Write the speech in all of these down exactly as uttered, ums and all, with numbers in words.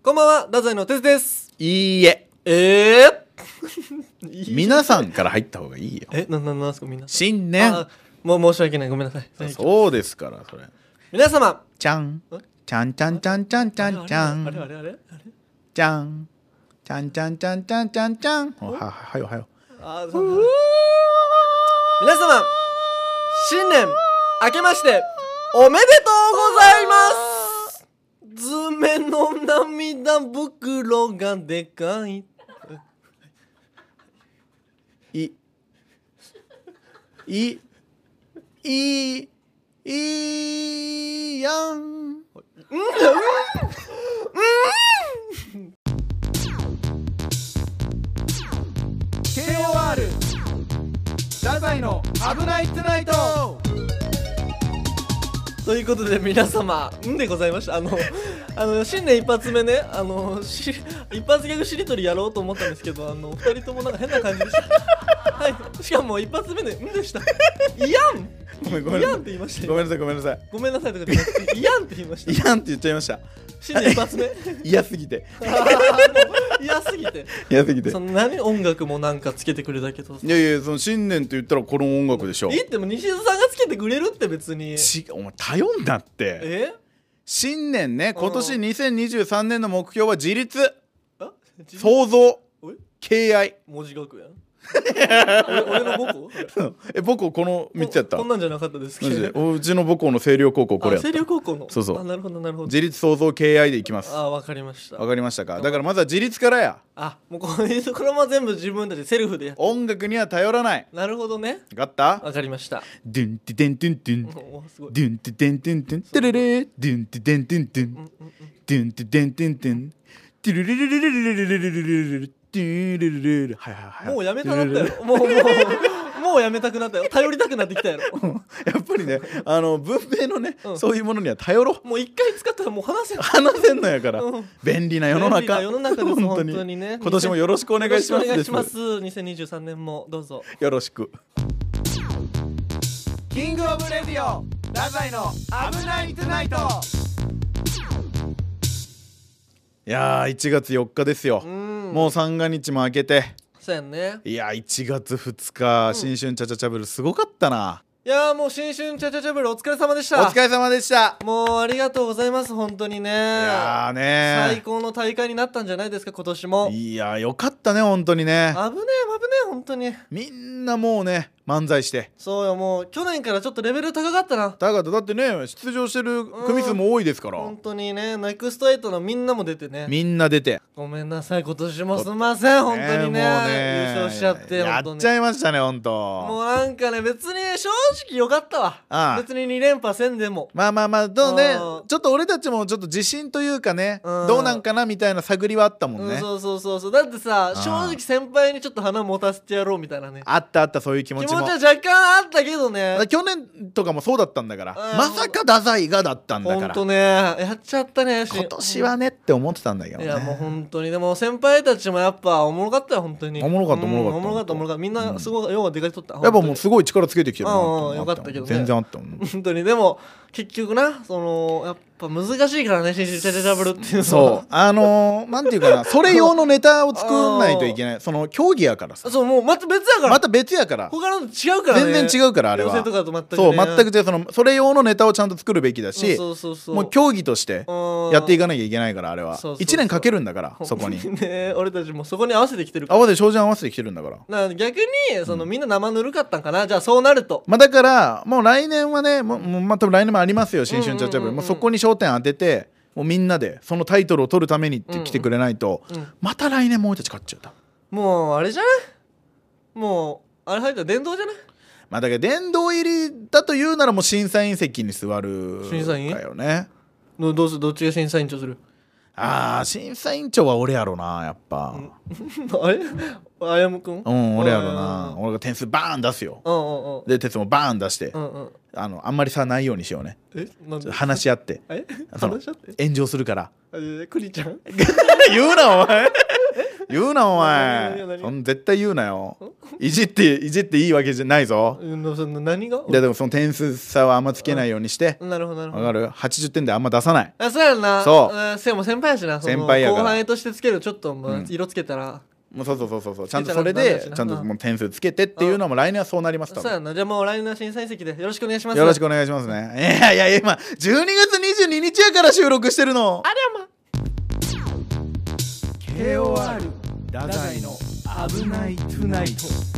こんばんは、太宰の哲です。 いいええー、皆さんから入った方がいいよ。 え、な、な、なんすかみんな。 新年。 もう申し訳ない、ごめんなさい。 そうですから、それ。 皆様。 ちゃん。ちゃんちゃんちゃんちゃんちゃんちゃん。 あれあれあれあれちゃん。ちゃんちゃんちゃんちゃんちゃんちゃん。は、はよはよ。 あ、そう。皆様、新年明けましておめでとうございます。爪の涙袋がでかい。 いいいいいやん。うんケーオーアール 太宰の危ないトゥナイト。 ということで皆様んでございました。あのあの新年一発目ね、あのし一発ギャグしりとりやろうと思ったんですけど、あの二人ともなんか変な感じでした。はい、しかも一発目でんでした。いやん。 ごめんごめんなさい。 いやんって言いました。 ごめんなさいごめんなさい。 ごめんなさいとかじゃなくていやんって言いました。 いやんって言っちゃいました。 新年一発目嫌すぎて嫌すぎて嫌すぎて。 その何音楽もなんかつけてくれたけど、 いやいや、その新年と言ったらこの音楽でしょ。 いいっても西津さんがつけてくれるって別に。 ちお前頼んだって。 え新年ね、今年にせんにじゅうさんねんの目標は自立、創造、敬愛。 文字学やん。俺, 俺の母校え母校このみっつやった。 こんなんじゃなかったですけど。 うちの母校の星稜高校これやった。 星稜高校の。 そうそう。 あ、なるほどなるほど。 自立創造敬愛でいきます。 あ、わかりました。 わかりましたか。だからまずは自立からや。 あ、もうこれこれも全部自分たちセルフでやって。 音楽には頼らない。 なるほどね。 わかった。 わかりました。 ドゥンティデントゥントゥンドゥンティデントゥントゥンテレレドゥンティデントゥントゥンドゥンティデントゥントゥンティルルルルルルルルルルルルティルルルル。はいはいはい。 もうやめたなったよ。もうもうもうやめたくなったよ。頼りたくなってきたやろ。 やっぱりね、あの文明のね、そういうものには頼ろう。 もう一回使ったらもう話せん。 話せんのやから。便利な世の中。 便利な世の中です本当にね。 今年もよろしくお願いします。 お願いします。にせんにじゅうさんねんもどうぞよろしく。 キングオブレディオ太宰の危ないトゥナイト。 いやーいちがつよっかですよ。もう三が日も明けて。 そうやんね。 いやーいちがつふつか、うん、新春チャチャチャブルすごかったな。 いやーもう新春チャチャチャブルお疲れ様でした。 お疲れ様でした。 もうありがとうございます本当にね。いやーね最高の大会になったんじゃないですか今年も。 いやーよかったね本当にね。 危ねえ危ねえ本当に。 みんなもうね漫才して。 そうよ、もう去年からちょっとレベル高かったな。 高かった。だってね出場してる組数も多いですから。 本当にね、ネクストエイトのみんなも出てね。 みんな出てごめんなさい今年もすみません本当に ね, ね優勝しちゃってやっちゃいましたね本当。 もうなんかね別に正直よかったわ。 ああ別にに連覇せんでもまあまあまあどうね、ちょっと俺たちもちょっと自信というかね、どうなんかなみたいな探りはあったもんね、 うん、そうそうそうそう。だってさ正直先輩にちょっと花持たせてやろうみたいなねあったあった。そういう気持ちも気持ちは若干あったけどね。 去年とかもそうだったんだから、まさか太宰がだったんだから。 ほんとねやっちゃったね。 今年はねって思ってたんだけどね。 いやもう本当にでも先輩たちもやっぱおもろかったよ本当に。 おもろかったおもろかった、 うん、おもろかったおもろかった。みんなすごい、うん、要はでかいとった。 やっぱもうすごい力つけてきてるなって。 うんうん、よかったけどね。 全然あったもん、ね、 本当に。でも結局なそのやっぱ難しいからね新春チャチャチャブルっていうのは。 そうあのー、なんていうかなそれ用のネタを作んないといけないその競技やからさ。 そうもうまた別やから。 また別やから他のと違うからね。 全然違うからあれは。 予選とかと全く、ね、 そう全く違う。そのそれ用のネタをちゃんと作るべきだし、 そうそうそうもう競技としてやっていかなきゃいけないからあれは。 そうそうそう。 いちねんかけるんだからそこにね。俺たちもそこに合わせてきてるから。 合わせて照準合わせてきてるんだから。 だから逆にその、うん、みんな生ぬるかったんかな。じゃあそうなるとまあだからもう来年はねもう、まあ、多分来年もありますよ新春チャチャブル。もうそこに焦点当ててもうみんなでそのタイトルを取るためにって来てくれないと、うんうん、また来年もう俺たち勝っちゃった。 もうあれじゃないもうあれ入ったら殿堂じゃない。 まあだから殿堂入りだというならもう審査員席に座る審査員かよね。 どうするどっちが審査員長する。 ああ審査員長は俺やろなやっぱ、 うん、あれあやむくんうん俺やろな。俺が点数バーン出すよ、うんうんうん、で鉄もバーン出して、うんうん、あのあんまり差ないようにしようね。えなんで話し合ってえ話し合って炎上するから。 えクリちゃん言うなお前言うなお前何が何がそん絶対言うなよいじっていじっていいわけじゃないぞうんその何がででもその点数差はあんまつけないようにしてなるほどなるほどわかるはちじゅってんであんま出さないあそうやんなそうあせも先輩やしなその先輩やから後輩としてつけるちょっともううん色つけたら、 もうそうそうそうそうそうちゃんとつけたらそれダメだしなでちゃんともう点数つけてっていうのも来年はそうなります多分そうやんなじゃあもう来年の審査員席でよろしくお願いしますよろしくお願いしますねいやいやいや今じゅうにがつにじゅうににちやから収録してるのありゃまケーオーアール 太宰の危ないトゥナイト。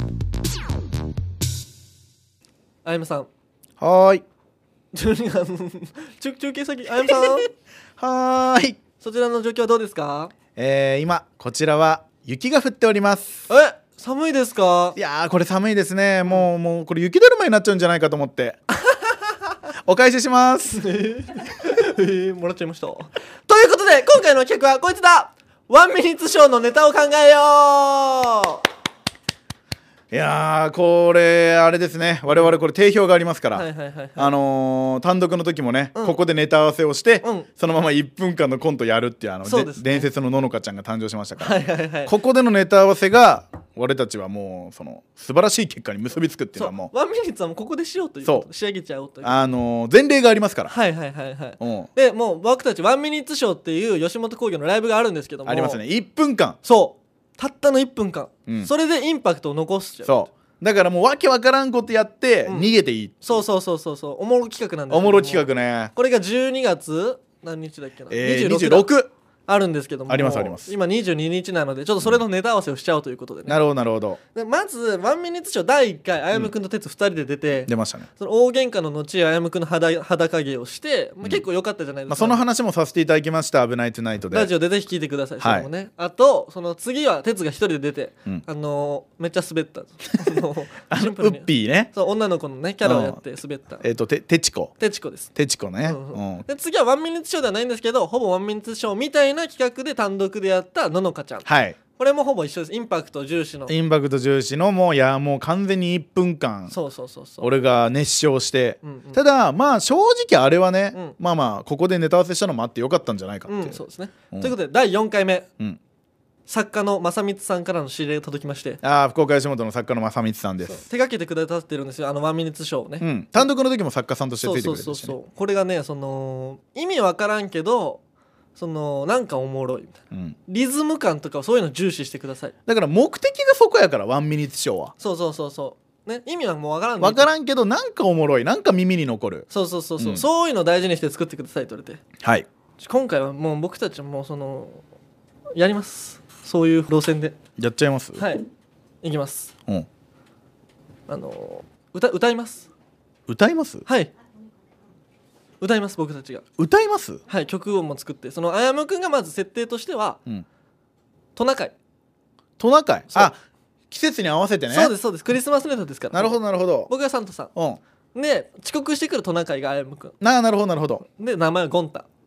あやむさんはーいじゅうにがつ中中継先あやむさんはーいそちらの状況はどうですかえー、今こちらは雪が降っておりますえ寒いですかいやーこれ寒いですねもうもうこれ雪だるまになっちゃうんじゃないかと思ってお返ししますえー、もらっちゃいましたということで今回の企画はこいつだワンミニッツショーのネタを考えよいやーこれあれですね我々これ定評がありますから、 うはいはいはいはいあのー、単独の時もね、 うんここでネタ合わせをして、 うんそのままいっぷんかんのコントやるっていうあのそうですねで伝説のののかちゃんが誕生しましたから、 はいはいはいここでのネタ合わせが俺たちはもうその素晴らしい結果に結びつくっていうそうのはもうワンミニッツはもうここでしようということそうで仕上げちゃおうというあのー、前例がありますから、 はいはいはいはいうん、 でもう僕たちワンミニッツショーっていう吉本興業のライブがあるんですけどもありますねいっぷんかんそうたったのいっぷんかん、 うんそれでインパクトを残すじゃんそうだからもうわけわからんことやってうん逃げていい、 そうそうそうそうそうおもろ企画なんですけどおもろ企画ねこれがじゅうにがつ何日だっけな、 えー、 にじゅうろくにじゅうろくあるんですけどもありますあります今にじゅうににちなのでちょっとそれのネタ合わせをしちゃおうということでね、 なるほどなるほどでまずワンミニッツショーだいいっかいあやむくんと哲ふたりで出て、 出ましたね、 その大喧嘩の後あやむくんの裸裸芸をして、まあ、結構良かったじゃないですか、 まあ、その話もさせていただきました「危ないトゥナイト」でラジオでぜひ聞いてください、 はいそれもねあとその次は哲が一人で出て、 うんあのーめっちゃ滑ったあのあのウシンプルにッピーねそう女の子のねキャラをやって滑ったえっ、とててちこてちこですてちこね、 うんううんんで次はワンミニッツショーではないんですけどほぼワンミニッツショーみたいな企画で単独でやったののかちゃんはいこれもほぼ一緒ですインパクト重視のインパクト重視のもういやもう完全にいっぷんかんそうそうそうそう俺が熱唱して、 うんうんただまあ正直あれはね、 うんまあまあここでネタ合わせしたのもあってよかったんじゃないかっていう、 うんそうですね、 うんということでだいよんかいめうん作家の正光さんからの指令が届きましてああ福岡吉本の作家の正光さんです手掛けてくださってるんですよあのワンミニッツショーをね、 うん単独の時も作家さんとしてつそういてそうそうそくれてたしねうこれがねその意味わからんけどそのなんかおもろいみたいなうんリズム感とかそういうの重視してくださいだから目的がそこやからワンミニッツショーはそうそうそうそうね意味はもうわからん分からんんけどなんかおもろいなんか耳に残るそうそうそうそう、 うんそういうの大事にして作ってくださいと言われてはい今回はもう僕たちもうそのやりますそういう路線でやっちゃいます、 はいいきますうん、 あの歌歌います歌いますはい歌います僕たちが歌いますはい曲をも作ってそのあやむくんがまず設定としてはうんトナカイ、 トナカイそうあ季節に合わせてねそうですそうですクリスマスネタですからなるほどなるほど僕がサンタさうんんで遅刻してくるトナカイがあやむくんなあなるほどなるほどで名前はゴンタ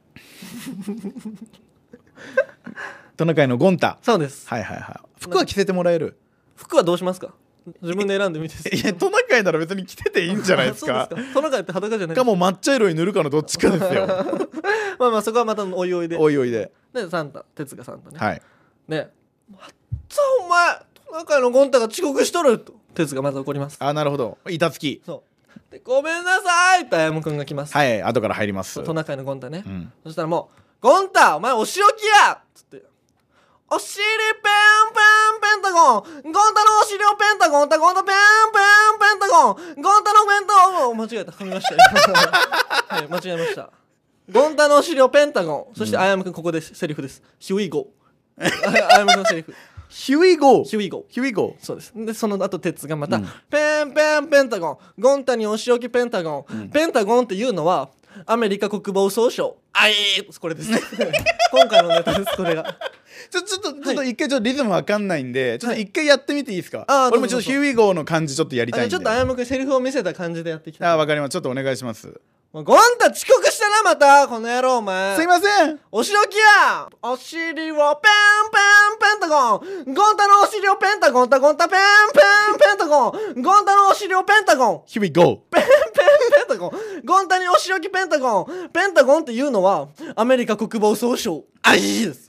トナカイのゴンタそうですはいはいはい服は着せてもらえる服はどうしますか自分で選んでみていやトナカイなら別に着てていいんじゃないですかそうですかトナカイって裸じゃないかも抹茶色に塗るかのどっちかですよまあまあそこはまたおいおいでおいおいででサンタ哲がサンタね、 はいねまっつぁお前トナカイのゴンタが遅刻しとると哲がまず怒りますあなるほど板付きそうでごめんなさいってあやむくんが来ます、 はい後から入りますトナカイのゴンタね、 うんそしたらもう「ゴンタお前お仕置きや!」っつって「お尻ペンペンペンタゴンゴンタのお尻をペンタゴンタゴンタペンペンペンタゴンゴンタの弁当」間違えた噛みましたよはい間違えましたゴンタのお尻をペンタゴンそしてあやむくんここでセリフです「ヒュイゴー」あやむくんのセリフヒュイゴーヒュイゴーヒュイゴーそうですでその後鉄がまた、 うんペンペンペンタゴンゴンタにお仕置きペンタゴン、 うんペンタゴンっていうのはアメリカ国防総省あいーこれです今回のネタですこれがちょちょっとちょっと一回ちょっとリズムわかんないんでちょっと一回やってみていいですかあー俺もちょっとどうぞどうぞヒュイゴーの感じちょっとやりたいんであのちょっとあやむくんセリフを見せた感じでやってきたあーわかりますちょっとお願いしますもうゴンタ遅刻したなまたこの野郎お前すいませんお仕置きやお尻をペンペンペンタゴンゴンタのお尻をペンタゴンタゴンタペンペンペンタゴンゴンタのお尻をペンタゴンヒュイゴーペンペンタゴンゴンタにお仕置きペンタゴンペンタゴンっていうのはアメリカ国防総省あいいです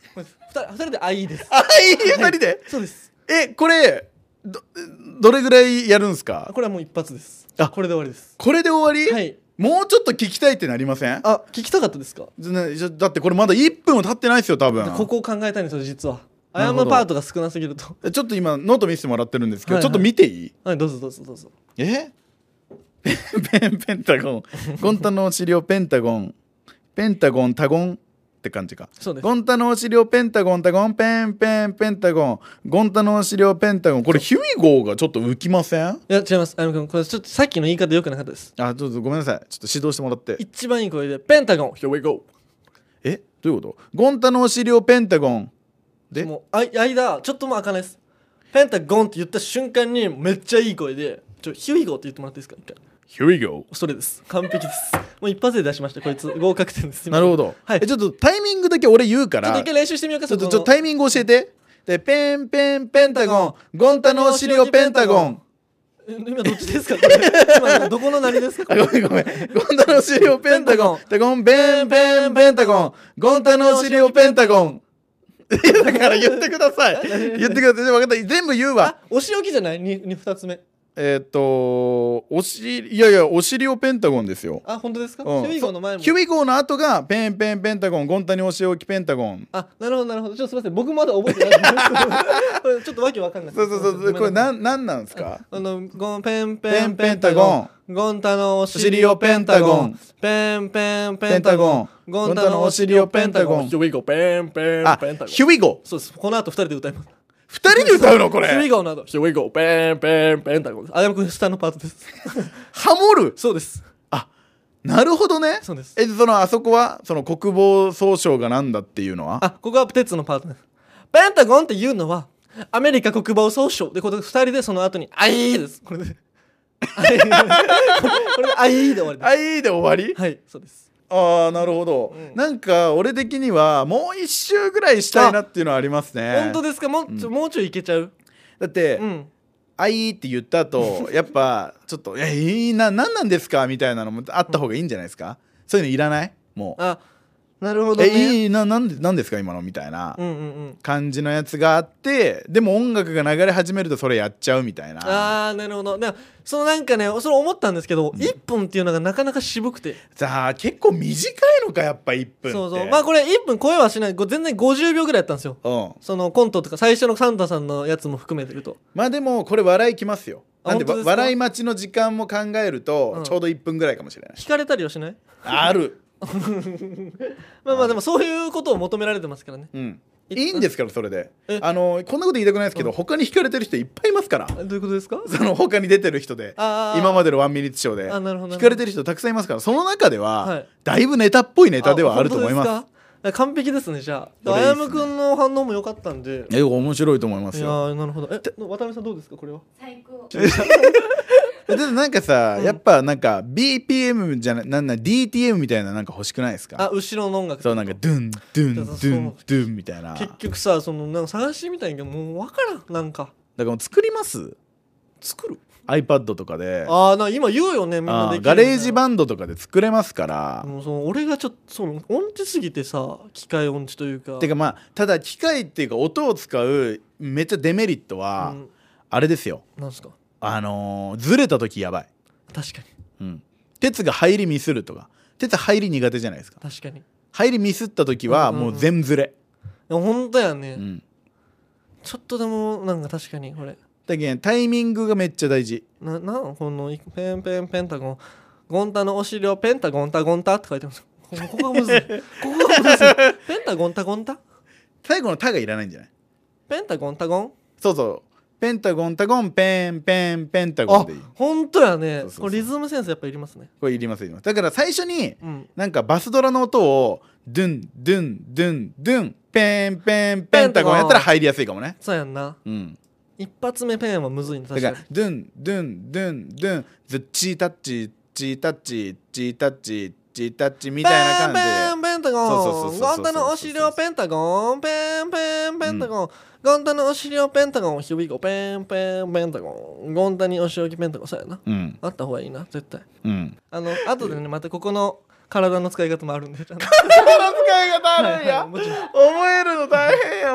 二人二人であいいです。 あいいふたりで、 そうです。 えこれ ど, どれぐらいやるんすか？ これはもう一発です。 あこれで終わりです。 これで終わり？ はい。 もうちょっと聞きたいってなりません？ あ、聞きたかったですか？ ねじゃだってこれまだいっぷんも経ってないですよ多分。 ここを考えたいんですよ実は。あやなるほどむパートが少なすぎると。 ちょっと今ノート見せてもらってるんですけど、 はいはいちょっと見ていい？ はい、どうぞどうぞどうぞ。 えペンペンタゴンゴンタのお尻をペンタゴンペンタゴンタゴンって感じか。 そうです。 ゴンタのお尻をペンタゴンタゴンペンペンペンタゴンゴンタのお尻をペンタゴン。これヒュイゴーがちょっと浮きません？ いや違います。あやむくん、これちょっとさっきの言い方良くなかったです。 あどうぞごめんなさいちょっと指導してもらって。 一番いい声でペンタゴン Here we go。 えどういうこと？ゴンタのお尻をペンタゴンでもうあ間ちょっとも開かないです。ペンタゴンって言った瞬間にめっちゃいい声でちょ Here we go って言ってもらっていいですか一回。 Here we go。 それです。完璧です。もう一発で出しました。こいつ合格点です。 なるほど、 はい。 えちょっとタイミングだけ俺言うからちょっと一回練習してみようか。 ちょっとちょっとタイミング教えて。でペンペンペンタゴンゴンタのお尻をペンタゴン。 今どっちですかこれ今どこの何ですか？ あごめんごめんゴンタのお尻をペンタゴンタゴンペンペンペンタゴンゴンタのお尻をペンタゴン。いやだから言ってください言ってください。分かった全部言うわ。 あお仕置きじゃない 2, 2, 2つ目。 えーっとお尻いやいやお尻をペンタゴンですよ。 あ本当ですか？ うんヒュイゴーの前もヒュイゴーの後がペンペンペンタゴンゴンタにお尻置きペンタゴン。 あなるほどなるほど。ちょっとすみません僕まだ覚えてないこれちょっとわけわかんない。 そうそうそうこれなんなんなんですか？ あのゴンペンペンペンペンタゴンゴンタのお尻をペンタゴンペンペンペンタゴンゴンタのお尻をペンタゴンヒュイゴーペンペンあペンタゴン。 ヒュイゴーそうですこの後二人で歌います。 二人で歌うのこれ。 ヒュイゴーの後ヒュイゴーペンペンペンタゴンです。あやむくん下のパートですハモる。 そうです。 あなるほどね。 そうです。 えそのあそこはその国防総省がなんだっていうのはあここは鉄のパートです。ペンタゴンっていうのはアメリカ国防総省でこれ二人でその後にあいいですこれでこれであいいで終わりです。 あいいで終わり。 はいそうです。 ああなるほど、うん、なんか俺的にはもう一周ぐらいしたいなっていうのはありますね。 本当ですか？もうちょ、うん、もうちょいいけちゃう。 だって、 うん、 あいいって言った後やっぱちょっと「えいいな何なんですか?」みたいなのもあった方がいいんじゃないですか、うん、そういうのいらないもう。あなるほどね。 えいいななんでなんですか今のみたいな感じのやつがあって、でも音楽が流れ始めるとそれやっちゃうみたいな。 あーなるほど。でもそのなんかねそれ思ったんですけど、うん、いっぷんっていうのがなかなか渋くてさあ結構短いのかやっぱいっぷんって。 そうそうまあこれいっぷん超えはしない全然ごじゅうびょうぐらいやったんですよ、うん、そのコントとか最初のサンタさんのやつも含めてると。まあでもこれ笑いきますよ。なんで笑い待ちの時間も考えるとちょうどいっぷんぐらいかもしれない。 引かれたりはしない？ あるまあまあでもそういうことを求められてますからね、うん、 いいんですからそれで。あのこんなこと言いたくないですけど、うん、他に惹かれてる人いっぱいいますから。 どういうことですか？ その他に出てる人で今までのワンミニッツショーで惹かれてる人たくさんいますから、その中では、はい、だいぶネタっぽいネタではあると思います。 完璧ですね。じゃああやむくんの反応も良かったんでえ面白いと思いますよ。 いやなるほど。え渡辺さんどうですかこれは？ 最高でなんかさ、うん、やっぱなんか ビーピーエム じゃななんな ディーティーエム みたいななんか欲しくないですか？ あ後ろの音楽そうなんかドゥンドゥンドゥンドゥンみたいな。 結局さそのなんか探してみたいけどもう分からんなんか。 だからもう作ります作る iPad とかで。 ああな今言うよねみんなできる。 ガレージバンドとかで作れますから。 もうその俺がちょっとその音痴すぎてさ機械音痴というか。 てかまあただ機械っていうか音を使うめっちゃデメリットは、うん、あれですよ。 なんすか？ あのー、ずれた時やばい。 確かに、 うん、鉄が入りミスるとか鉄入り苦手じゃないですか。 確かに入りミスった時はもう全ずれ。 いや本当やね、うん、ちょっとでもなんか確かにこれだけどタイミングがめっちゃ大事な。なんこのペンペンペンタゴンゴンタのお尻をペンタゴンタゴンタって書いてます。ここがむずいここがむずいペンタゴンタゴンタ最後のタがいらないんじゃない？ ペンタゴンタゴンそうそうペンタゴンタゴンペンペンペンタゴンでいい。 本当やね。そうそうそうこれリズムセンスやっぱいりますね。 これいりますいります。だから最初に、うん、なんかバスドラの音をドゥンドゥンドゥンドゥンペンペンペンタゴンやったら入りやすいかもね。 そうやんな、うん、一発目ペンはむずいんだ。 だからドゥンドゥンドゥンドゥンズチータッチチータッチチータッチチータッチみたいな感じでペンペンペンタゴンゴンタのお尻をペンタゴンペンペンペンタゴン、うんゴンタのお尻をペンタゴンヒュビゴペンペンペンタゴンゴンタにお尻置きペンタゴンそうやな、うん、あった方がいいな絶対、うん、あの後でねまたここの体の使い方もあるんで体の使い方あるんや、はいはい、覚えるの大変や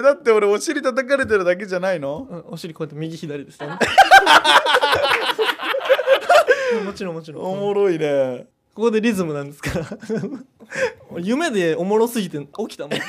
えだって俺お尻叩かれてるだけじゃないの？ うん、お尻こうやって右左ですよねもちろんもちろんおもろいね。 ここでリズムなんですから俺夢でおもろすぎて起きたもん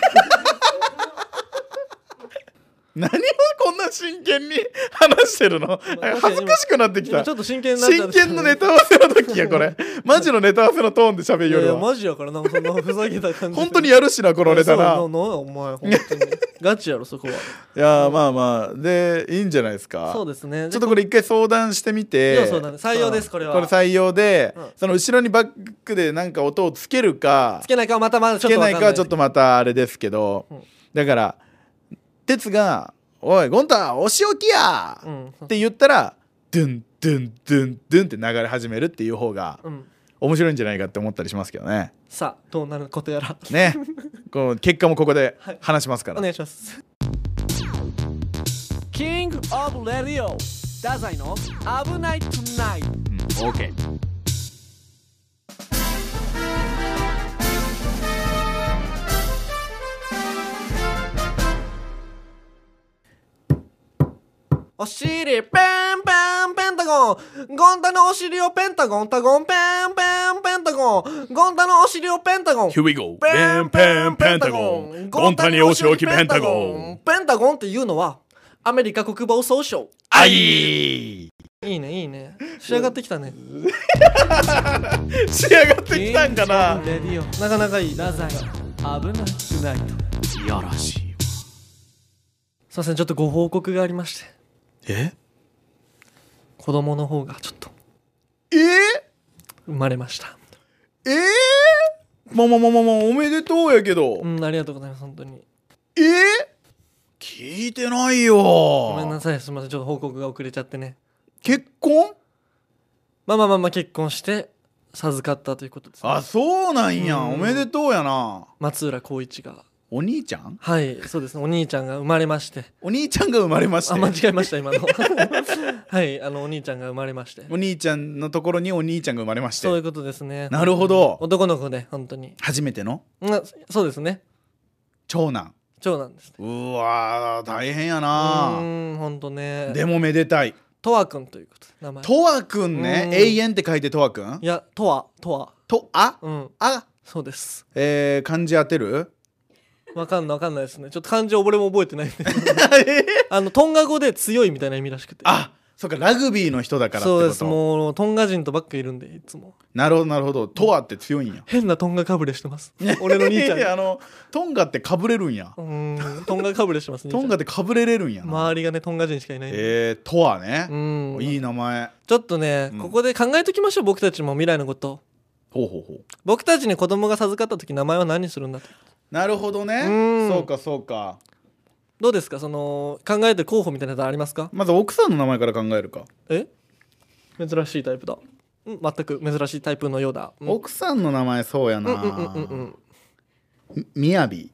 何をこんな真剣に話してるの？恥ずかしくなってきた。 ちょっと真剣になった真剣のネタ合わせの時やこれマジのネタ合わせのトーンで喋るいやいやよりはマジやからなんかそんなふざけた感じ本当にやるしなこのネタな。 そうななお前本当にガチやろそこは。 いやまあまあでいいんじゃないですか。 そうですね。 ちょっとこれ一回相談してみて。 いやそうだね、採用ですこれは。 これ採用で、 うん、 その後ろにバックでなんか音をつけるかつけないかまたまだちょつけなっと分かんないいかはちょっとまたあれですけど、うん、だから哲がおいゴンタお仕置きや、うん、って言ったらドゥンドゥンドゥンドゥンって流れ始めるっていう方が面白いんじゃないかって思ったりしますけどね。 さあどうなることやらねこう結果もここで話しますから、 はい、お願いします。 キングオブレディオ太宰の危ないトゥナイト。 うん、オーケー。 お尻ペンペンペンタゴンゴンタのお尻をペンタゴンタゴンペンペンペンタゴンゴンタのお尻をペンタゴン Here we go ペンペンペンタゴンゴンタにお仕置きペンタゴン。 ペンタゴンっていうのはアメリカ国防総省。 あいいいねいいね仕上がってきたね仕上がってきたんかな。 レディオなかなかいい。 太宰の危ないトゥナイト。 いやらしい。 すいませんちょっとご報告がありまして。 え子供の方がちょっとえー、 生まれました。 えー、まあまあまあまあまあおめでとうやけど、 うんありがとうございます本当に。 えー、聞いてないよ。 ごめんなさいすみませんちょっと報告が遅れちゃってね。 結婚？ まあまあまあまあ結婚して授かったということです、ね、 あそうなんや、 うんおめでとうやな。 松浦光一がお兄ちゃん？ はいそうですねお兄ちゃんが生まれまして。 お兄ちゃんが生まれまして。 あ間違えました今のはいあのお兄ちゃんが生まれまして。 お兄ちゃんのところにお兄ちゃんが生まれまして。 そういうことですね。 なるほど。 男の子で本当に初めての？ あそうですね長男。 長男です、ね、 うわ大変やな。 うん本当ね。 でもめでたい。 とわくんということで名前とわくんね。永遠って書いてとわくん。 いやとわとわとあうんあそうです。 えー、漢字当てる？ わかんないわかんないですねちょっと漢字俺も覚えてないんであのトンガ語で強いみたいな意味らしくて。 あそうかラグビーの人だからってこと。 そうですもうトンガ人とばっかいるんでいつも。 なるほどなるほど。トワって強いんや。 変なトンガかぶれしてます俺の兄ちゃんいやあのトンガってかぶれるんや。 うんトンガかぶれしてますトンガってかぶれれるんやな。 周りがねトンガ人しかいないんで。 えー、トワね。 うんいい名前。 ちょっとね、 うんここで考えときましょう僕たちも未来のこと。 ほうほうほう。 僕たちに子供が授かった時名前は何するんだと。 なるほどね。 うんそうかそうか。 どうですかその考えてる候補みたいなのありますか？ まず奥さんの名前から考えるか。 え珍しいタイプだ。うん全く珍しいタイプのようだ。うん奥さんの名前そうやな。 うんうんうんうんみみやび。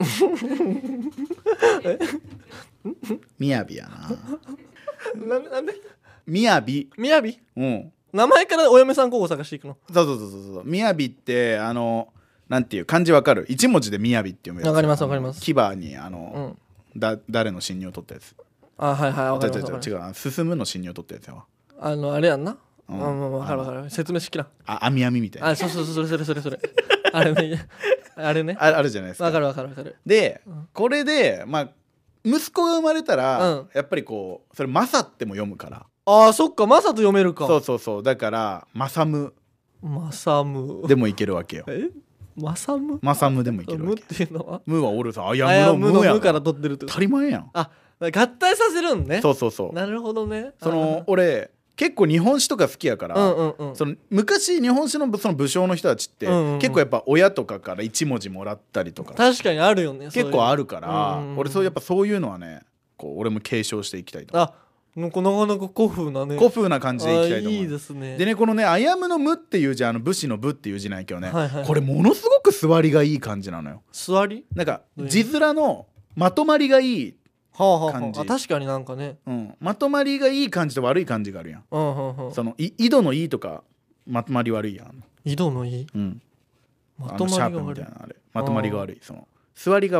みやびやな。 なんでなんでみやび。 みやびうん。 名前からお嫁さん候補探していくの？ そうそうそうそうそう。みやびってあのなんていう漢字わかる？一文字でみやびって読むやつ。 わかりますわかります。 牙にあの、うん、だ誰の侵入を取ったやつ。 あはいはいわかりますわかり違う違う違う進むの侵入を取ったやつやわ。 あのあれやんな。 うんあまあわかるわかる説明しきらん。 あ網網みたいな。 あそうそうそうそれそれそれそれあれねあれねああるじゃないですか。 わかるわかるわかる。 で、 うんこれでまあ息子が生まれたら、 うんやっぱりこうそれマサっても読むから。 あーそっかマサと読めるか。 そうそうそうだからマサムマサムでもいけるわけよ。 えマサムマサムでもいけるムっわけ。 ていうのはムはおるさ。あやあやむのムやムのムから取ってるってこと。 当たり前やん。 あ合体させるんね。 そうそうそう。 なるほどね。 その俺結構日本史とか好きやから、 うんうんうんその昔日本史のその武将の人たちって、 うんうんうん結構やっぱ親とかから一文字もらったりとか確かにあるよね。 結構ある。 るから、 うんうんうん俺そうやっぱそういうのはねこう俺も継承していきたいと。 あなんかなかなか古風なね。 古風な感じでいきたいと思う。 あいいですね。 でねこのね「あやむ」の「む」っていう字あの武士の「武」っていう字なんやけどね、 はいはいはいこれものすごく座りがいい感じなのよ。 座りなんかどういう字面のまとまりがいい、 はあはあは感じああ確かになんかね。 うん、まとまりがいい感じと悪い感じがあるやん。 うんうんうんそのい井戸の「い」とかまとまり悪いやん。 井戸のいいうん、 まとあのシャープまりが悪い。 みたいなあれまとまりが悪いその座りが悪い。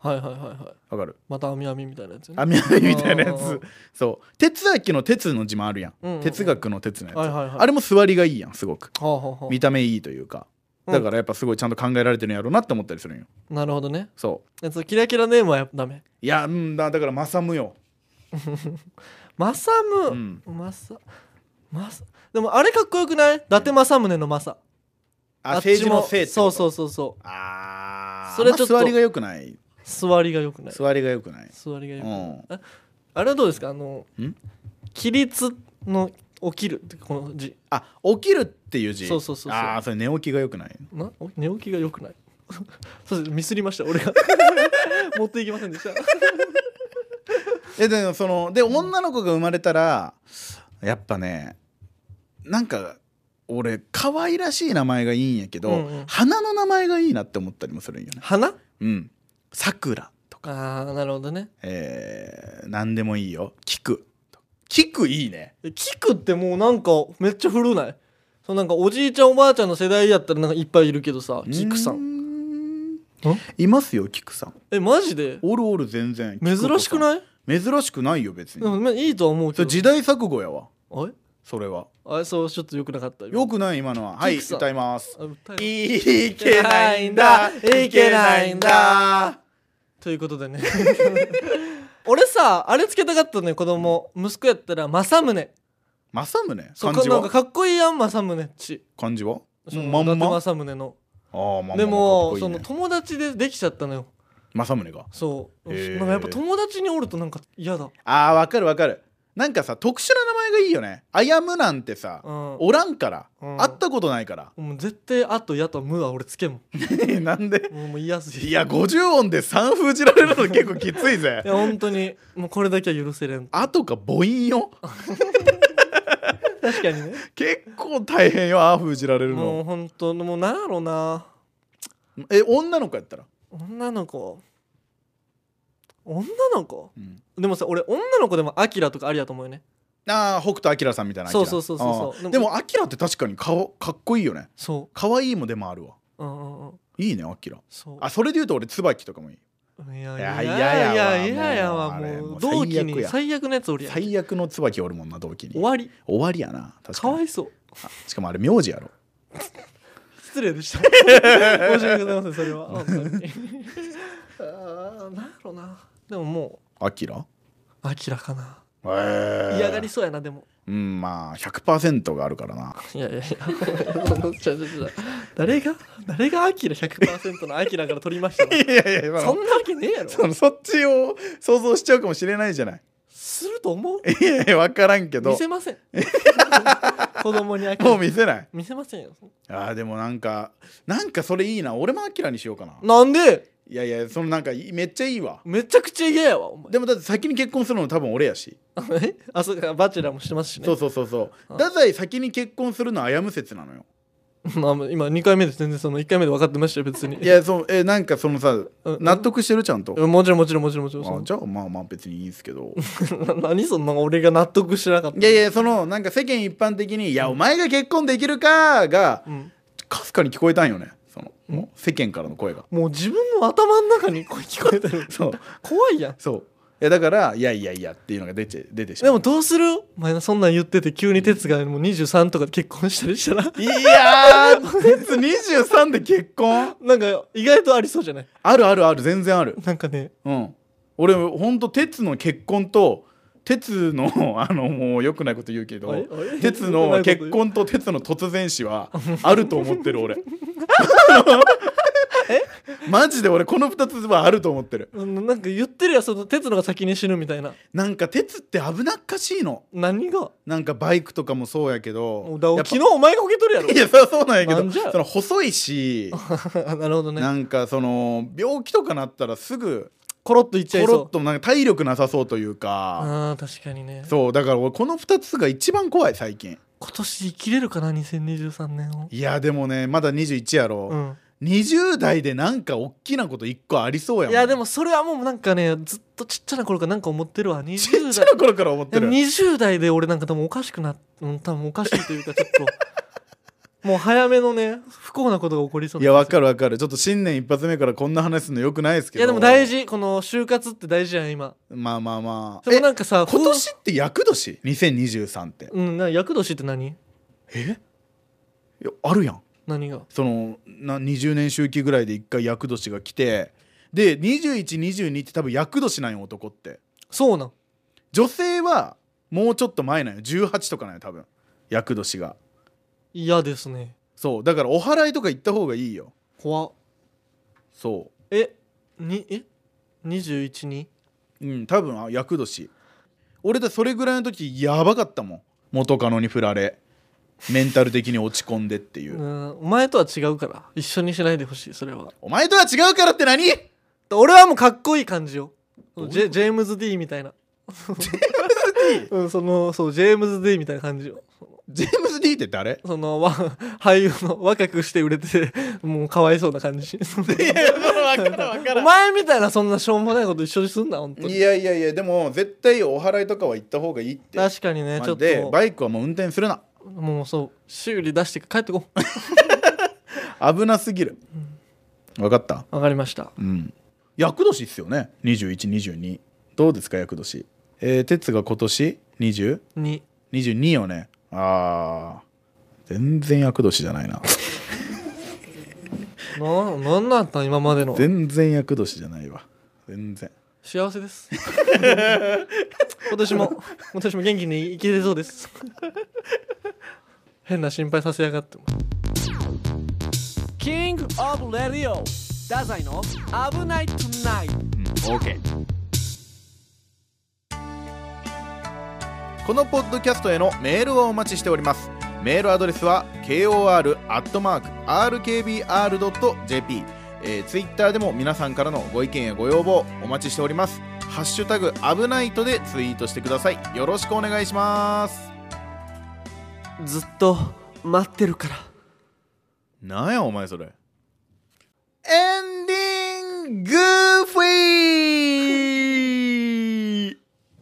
はいはいはいはいわかる？ また網網みたいなやつね網網みたいなやあーつ。そう哲明の哲の字もあるやん、 うんうんうん哲学の哲のやつ、 はいはいはいあれも座りがいいやんすごく。 はあはあはあ見た目いいというか、 うんだからやっぱすごいちゃんと考えられてるんやろうなって思ったりするんよ。 なるほどねそうえそのキラキラネームはやっぱダメいやうんだだからマサムよ。 マサム、 うんマサマサでもあれかっこよくない伊達政宗のマサあ政治のせいってことそうそうそうそあーそれちょっとあんま座りが良くない。 う座りがよくない座りが良くない。 座りがよくないうんああれはどうですかあのん起立の起きるってこの字あ起きるっていう字。 そうそうそうそうああそれ寝起きが良くない。 なお寝起きがよくないそうですミスりました俺が持っていきませんでしたえでもそので女の子が生まれたらやっぱねなんか俺可愛らしい名前がいいんやけど、 うんうん花の名前がいいなって思ったりもするんよね。 花うんさくらとか、 ああなるほどねえー、何でもいいよ。菊菊いいね。 えキクってもうなんかめっちゃ古ないそうなんかおじいちゃんおばあちゃんの世代やったらなんかいっぱいいるけどさキクさうんーんんいますよ菊さん。 えマジでおるおる全然。 珍しくいない珍しくないよ別に。 でもまあいいとは思うけどそれ時代錯誤やわあれそれは。 あれそうちょっと良くなかったよくない今のは。はい菊さん歌います。 あ歌えいけないんだいけないんだ。 ということでね俺さあれつけたかったのよ子供息子やったら政宗政宗そう漢字はなんかかっこいいやん政宗っち漢字はそのもうまんま伊達政宗のあーまんまでもかっこいいねその友達でできちゃったのよ政宗がそうへーなんかやっぱ友達におるとなんか嫌だあーわかるわかる。なんかさ特殊な名前がいいよね。あやむなんてさ、 うんおらんから、 うん会ったことないからもう絶対あとやとむは俺つけんもんなんでもうもう嫌すぎいやごじゅう音でさん封じられるの結構きついぜいや本当にもうこれだけは許せれんあとか母音よ確かにね結構大変よあ封じられるもうの。 本当もうなんやろなえ女の子やったら、 女の子女の子うんでもさ俺女の子でもアキラとかありやと思うよねああ北斗晶さんみたいなそうそうそうそうそうあーでもアキラって確かに顔かっこいいよね。 そ可愛いもでもあるわ。 ううんうんうんいいねアキラ。 そうあそれで言うと俺椿とかもいい。 いやいやいやい嫌やわやいやいやわもうあれもうもう同期に最悪や最悪のやつおるやん最悪の椿おるもんな同期に。 終わり終わりやな確かに。 かわいそうあしかもあれ名字やろ。 失礼でした申し訳ございませんそれは本当にあーなんやろなでももアキラうアキラかなえー嫌がりそうやなでもうんまあ ひゃくパーセント があるからな。 いやいやいやちょちょちょ誰が誰がアキラ ひゃくパーセント のアキラから取りましたのいやいやそんなわけねえやろそのそっちを想像しちゃうかもしれないじゃない。 すると思ういやいや分からんけど見せません子供にアキもうラ見せない。 見せませんよあーでもなんかなんかそれいいな。俺もアキラにしようかな。 なんでいやいやそのなんかいめっちゃいいわ。 めちゃくちゃ嫌やわお前でもだって先に結婚するの多分俺やし。 えあそうかバチェラーもしてますしねそうそうそうそうあ太宰先に結婚するのはあやむ説なのよ。 まあ今にかいめで全然そのいっかいめで分かってましたよ別にいやそうえなんかそのさうん納得してるちゃんと。 もちろんもちろんもちろんもちろんそあじゃあまあまあ別にいいんですけどのな何そんな俺が納得してなかったいやいやそのなんか世間一般的に「いやお前が結婚できるか」がうんかすかに聞こえたんよね。そのもう世間からの声が。 もう自分の頭の中に声聞こえてるそう怖いやんそういやだから「いやいやいや」っていうのが出て出てしまう。 でもどうするお前そんなん言ってて急に哲がもうにじゅうさんとかで結婚したりしたらいやー鉄にじゅうさんで結婚なんか意外とありそうじゃないあるあるある全然ある。 なんかねうん俺ほんと鉄の結婚と鉄のあのもう良くないこと言うけどあれあれ鉄の結婚と鉄の突然死はあると思ってる俺マジで俺このふたつはあると思ってる。 うんなんか言ってるやんその哲のが先に死ぬみたいななんか鉄って危なっかしいの。 何がなんかバイクとかもそうやけどだやっぱ昨日お前がこけとるやろいやそうそうなんやけどなんじゃその細いしなるほどねなんかその病気とかなったらすぐコロッといっちゃいそうコロッとなんか体力なさそうというかあー確かにねそうだから俺このふたつが一番怖い最近。 今年生きれるかなにせんにじゅうさんねんをいやでもねまだにじゅういちやろ、 うんにじゅう代でなんか大きなこといっこありそうやもん。 いやでもそれはもうなんかねずっとちっちゃな頃からなんか思ってるわち 20 っちゃ代な頃から思ってる。 にじゅう代で俺なんか多分おかしくなうん多分おかしいというかちょっともう早めのね不幸なことが起こりそうないやわかるわかる。ちょっと新年一発目からこんな話するのよくないですけど。 いやでも大事、この就活って大事やん今。 まあまあまあ。 でもなんかさ、 今年って厄年にせんにじゅうさんって。 うん、な厄年って何？ えいやあるやん。 何が？ そのなにじゅうねん周期ぐらいでいっかい厄年が来て、でにじゅういち、にじゅうにって多分厄年なんよ男って。 そうなん。 女性はもうちょっと前なんよ、じゅうはちとかなんよ多分厄年が。 嫌ですね。 そうだからお祓いとか行った方がいいよ。 怖っ。 そうえにえにじゅういちに？ うん多分あ厄年。俺だそれぐらいの時やばかったもん。元カノに振られメンタル的に落ち込んでっていう、 うん、お前とは違うから一緒にしないでほしい。それはお前とは違うからって何？ 俺はもうかっこいい感じよ。ジェ、ジェームズ D みたいなジェームズ D？ うん、そのそうジェームズ D みたいな感じよ。 ジェームズ D って誰？ そのわ俳優の若くして売れてもうかわいそうな感じ。いや分からん分からん。 お前みたいなそんなしょうもないこと一緒にすんな本当に。 いやいやいやでも絶対お祓いとかは行った方がいいって。 確かにね。ちょっとでバイクはもう運転するな。 もうそう修理出して帰ってこ危なすぎる、うん、分かった。 わかりました。 うん厄年っすよね。にじゅういち、にじゅうにどうですか厄年。えー、哲が今年にじゅうに、にじゅうによね。あー全然厄年じゃないなな、なんなんだ今までの。 全然厄年じゃないわ。全然幸せです今年も今年も元気に生きれそうです変な心配させやがっても。 キングオブレディオ太宰の危ないトゥナイト。 うん、OK。 このポッドキャストへのメールをお待ちしております。メールアドレスは ケーオーアール アットマーク アールケービーアール ドット ジェーピー、えー、ツイッターでも皆さんからのご意見やご要望お待ちしております。ハッシュタグ危ないとでツイートしてください。よろしくお願いします。 ずっと待ってるから。 なんやお前それ。エンディンググーフィー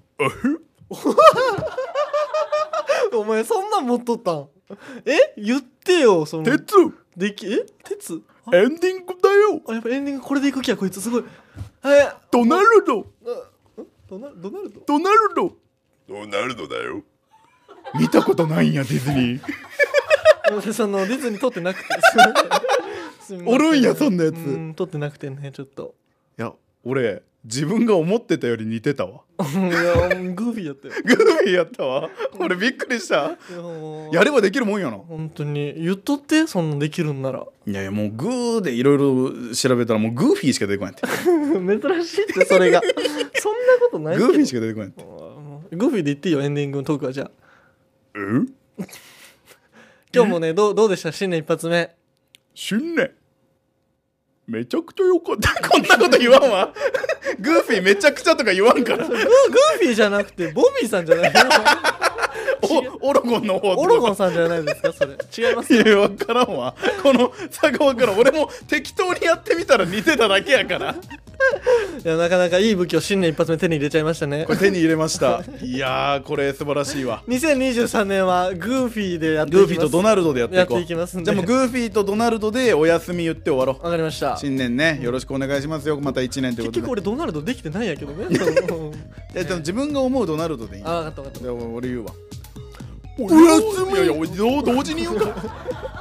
お前そんなん持っとったん？え言ってよその。 鉄できえ鉄エンディングだよ。 あやっぱエンディングこれでいく気やこいつすごい。えドナルドドナドナルドドナルドドナルドだよ。見たことないんやディズニーそのディズニー撮ってなくておるんやそんなやつ。 うん撮ってなくてねちょっと。 いや俺自分が思ってたより似てたわいやグーフィーやったよグーフィーやったわ俺びっくりした。やればできるもんやな本当に。言っとってそんなできるんなら。 いやいやもうグーでいろいろ調べたらもうグーフィーしか出てこないって珍しいってそれがそんなことないけどグーフィーしか出てこないってグーフィーで言っていいよエンディングのトークは。じゃあうん今日もねどう、どうでした新年一発目。 新年めちゃくちゃよかったこんなこと言わんわグーフィーめちゃくちゃとか言わんからグー、グーフィーじゃなくてボビーさんじゃないおオロゴンの方オロゴンさんじゃないですかそれ。違います。 いや分からんわこの差が分からん。俺も適当にやってみたら似てただけやからいやなかなかいい武器を新年一発目手に入れちゃいましたね。 これ手に入れましたいやーこれ素晴らしいわ。 にせんにじゅうさんねんはグーフィーでやっていきます。 グーフィーとドナルドでやっていこう。 やっていきますんで。 じゃあもうグーフィーとドナルドでお休み言って終わろう。 わかりました。 新年ねよろしくお願いしますよ。またいちねんということで。 結局俺ドナルドできてないやけどねいやでも自分が思うドナルドでいい。 あ分かった分かった。 じゃあ俺言うわ。おやすみ。いやいや同同時に言うか